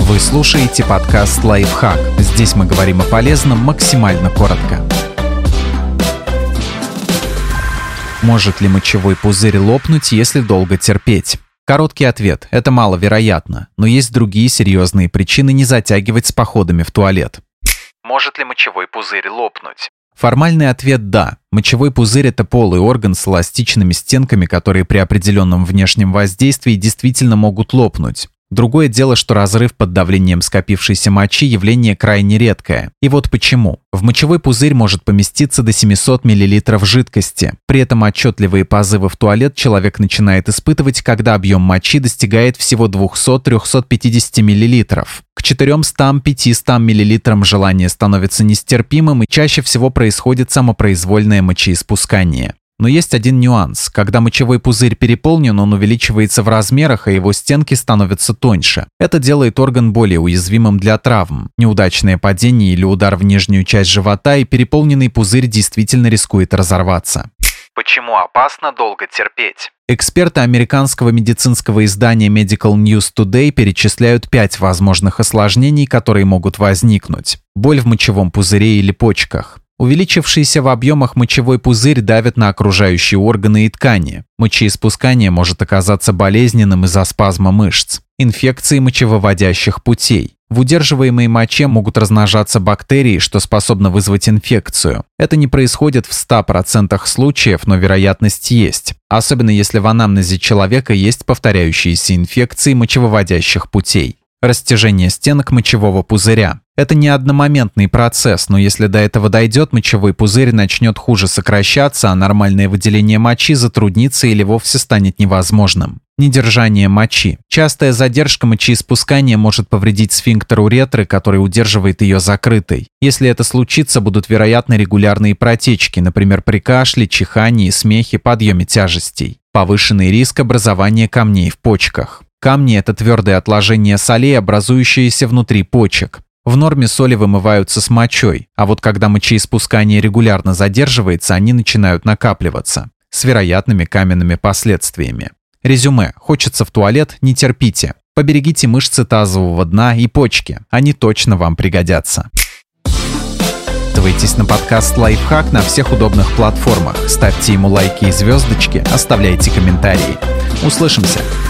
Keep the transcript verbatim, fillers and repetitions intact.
Вы слушаете подкаст «Лайфхак». Здесь мы говорим о полезном максимально коротко. Может ли мочевой пузырь лопнуть, если долго терпеть? Короткий ответ – это маловероятно, но есть другие серьезные причины не затягивать с походами в туалет. Может ли мочевой пузырь лопнуть? Формальный ответ – да. Мочевой пузырь – это полый орган с эластичными стенками, которые при определенном внешнем воздействии действительно могут лопнуть. Другое дело, что разрыв под давлением скопившейся мочи – явление крайне редкое. И вот почему. В мочевой пузырь может поместиться до семисот миллилитров жидкости. При этом отчетливые позывы в туалет человек начинает испытывать, когда объем мочи достигает всего двухсот-трехсот пятидесяти миллилитров. К четырёмстам-пятистам миллилитрам желание становится нестерпимым, и чаще всего происходит самопроизвольное мочеиспускание. Но есть один нюанс. Когда мочевой пузырь переполнен, он увеличивается в размерах, а его стенки становятся тоньше. Это делает орган более уязвимым для травм. Неудачное падение или удар в нижнюю часть живота, и переполненный пузырь действительно рискует разорваться. Почему опасно долго терпеть? Эксперты американского медицинского издания Medical News Today перечисляют пять возможных осложнений, которые могут возникнуть. Боль в мочевом пузыре или почках. Увеличившийся в объемах мочевой пузырь давит на окружающие органы и ткани. Мочеиспускание может оказаться болезненным из-за спазма мышц. Инфекции мочевыводящих путей. В удерживаемой моче могут размножаться бактерии, что способно вызвать инфекцию. Это не происходит в ста процентах случаев, но вероятность есть. Особенно если в анамнезе человека есть повторяющиеся инфекции мочевыводящих путей. Растяжение стенок мочевого пузыря. Это не одномоментный процесс, но если до этого дойдет, мочевой пузырь начнет хуже сокращаться, а нормальное выделение мочи затруднится или вовсе станет невозможным. Недержание мочи. Частая задержка мочеиспускания может повредить сфинктер уретры, который удерживает ее закрытой. Если это случится, будут вероятны регулярные протечки, например, при кашле, чихании, смехе, подъеме тяжестей. Повышенный риск образования камней в почках. Камни – это твердые отложения солей, образующиеся внутри почек. В норме соли вымываются с мочой, а вот когда мочеиспускание регулярно задерживается, они начинают накапливаться, с вероятными каменными последствиями. Резюме. Хочется в туалет – не терпите. Поберегите мышцы тазового дна и почки, они точно вам пригодятся. Подписывайтесь на подкаст «Лайфхак» на всех удобных платформах, ставьте ему лайки и звездочки, оставляйте комментарии. Услышимся!